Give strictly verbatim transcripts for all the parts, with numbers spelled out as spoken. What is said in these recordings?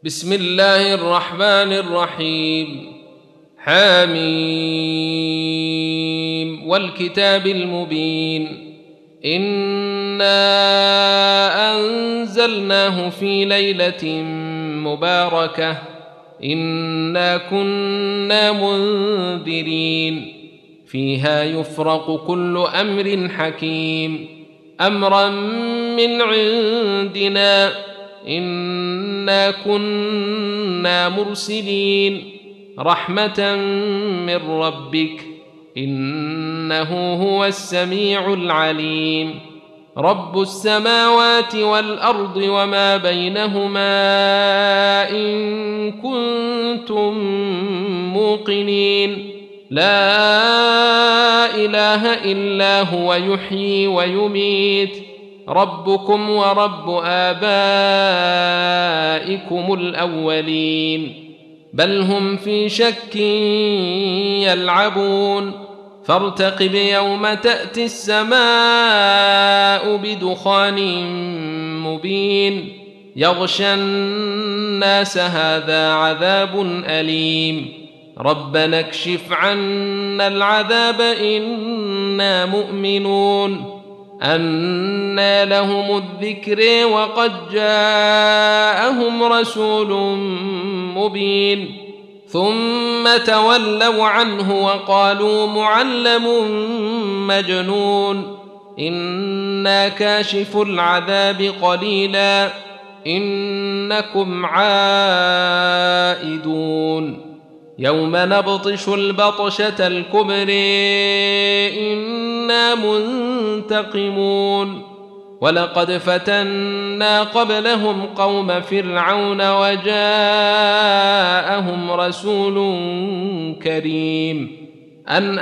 بسم الله الرحمن الرحيم. حميم والكتاب المبين. إنا أنزلناه في ليلة مباركة إنا كنا منذرين فيها يفرق كل أمر حكيم أمرا من عندنا إنا كنا مرسلين رحمة من ربك إنه هو السميع العليم. رب السماوات والأرض وما بينهما إن كنتم موقنين لا إله إلا هو يحيي ويميت ربكم ورب آبائكم الأولين بل هم في شك يلعبون فارتقب يوم تأتي السماء بدخان مبين يغشى الناس هذا عذاب أليم ربنا اكشف عنا العذاب إنا مؤمنون أنى لهم الذكر وقد جاءهم رسول مبين ثم تولوا عنه وقالوا معلم مجنون إنا كاشف العذاب قليلا إنكم عائدون يوم نبطش البطشة الكبر إنا منتقمون ولقد فتنا قبلهم قوم فرعون وجاءهم رسول كريم أن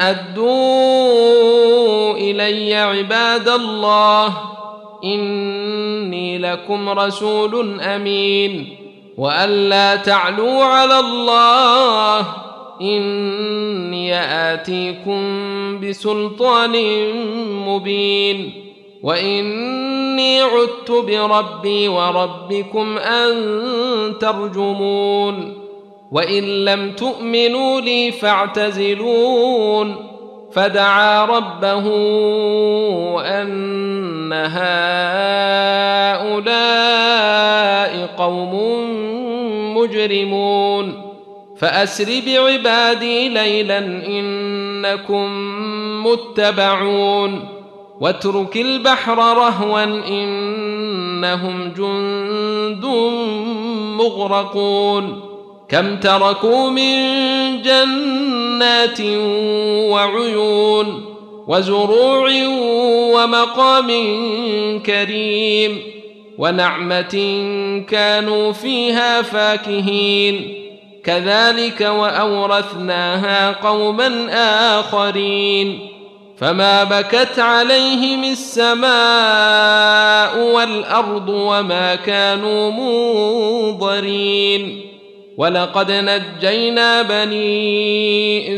أدوا إلي عباد الله إني لكم رسول أمين وأن لا تعلوا على الله إني آتيكم بسلطان مبين وإني عدت بربي وربكم أن ترجمون وإن لم تؤمنوا لي فاعتزلون فدعا ربه أن هؤلاء قوم مجرمون فأسر بعبادي ليلا إنكم متبعون واترك البحر رهوا إنهم جند مغرقون كم تركوا من جنات وعيون وزروع ومقام كريم ونعمة كانوا فيها فاكهين كذلك وأورثناها قوما آخرين فما بكت عليهم السماء والأرض وما كانوا منظرين ولقد نجينا بني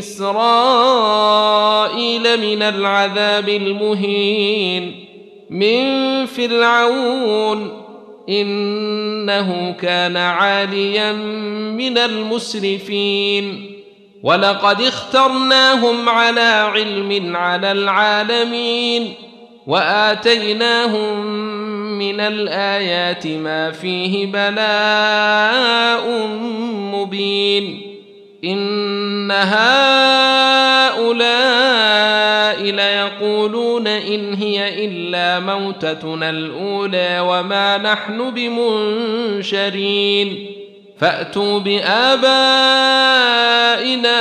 إسرائيل من العذاب المهين من فرعون إنه كان عاليا من المسرفين ولقد اخترناهم على علم على العالمين وآتيناهم من الآيات ما فيه بلاء مبين إن هؤلاء ليقولون إن هي إلا موتتنا الأولى وما نحن بمنشرين فأتوا بآبائنا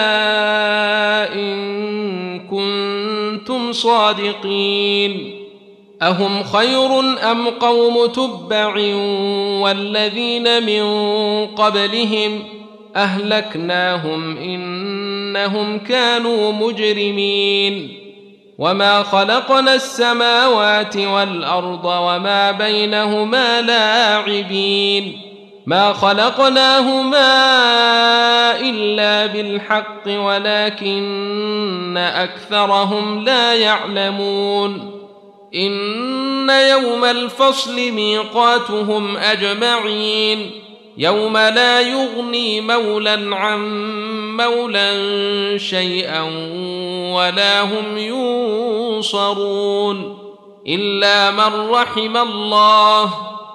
إن كنتم صادقين أهم خير أم قوم تبع والذين من قبلهم أهلكناهم إنهم كانوا مجرمين وما خلقنا السماوات والأرض وما بينهما لاعبين ما خلقناهما إلا بالحق ولكن أكثرهم لا يعلمون إن يوم الفصل ميقاتهم أجمعين يوم لا يغني مولى عن مولى شيئا ولا هم ينصرون إلا من رحم الله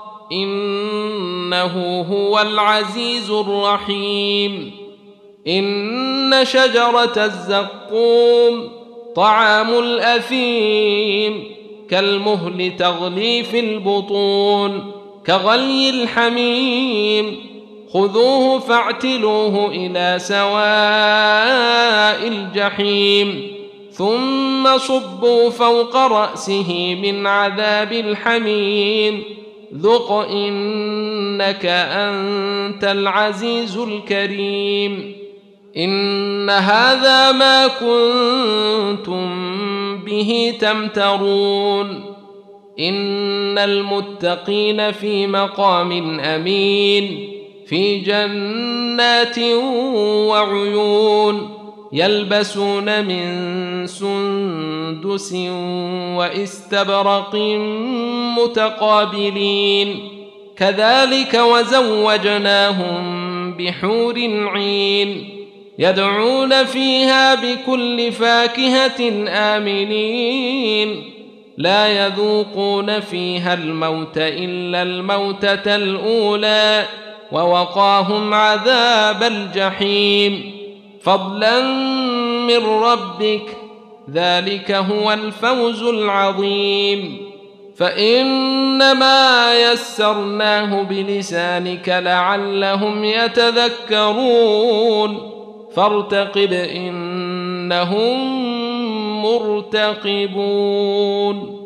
إنه هو العزيز الرحيم. إن شجرة الزقوم طعام الأثيم كالمهل تغلي في البطون كغلي الحميم خذوه فاعتلوه إلى سواء الجحيم ثم صبوا فوق رأسه من عذاب الحميم ذق إنك أنت العزيز الكريم. إن هذا ما كنتم به تمترون. إن المتقين في مقام أمين في جنات وعيون يلبسون من سندس واستبرق متقابلين كذلك وزوجناهم بحور عين يدعون فيها بكل فاكهة آمنين لا يذوقون فيها الموت إلا الموتة الأولى ووقاهم عذاب الجحيم فضلا من ربك ذلك هو الفوز العظيم. فإنما يسرناه بلسانك لعلهم يتذكرون فارتقب إنهم مرتقبون.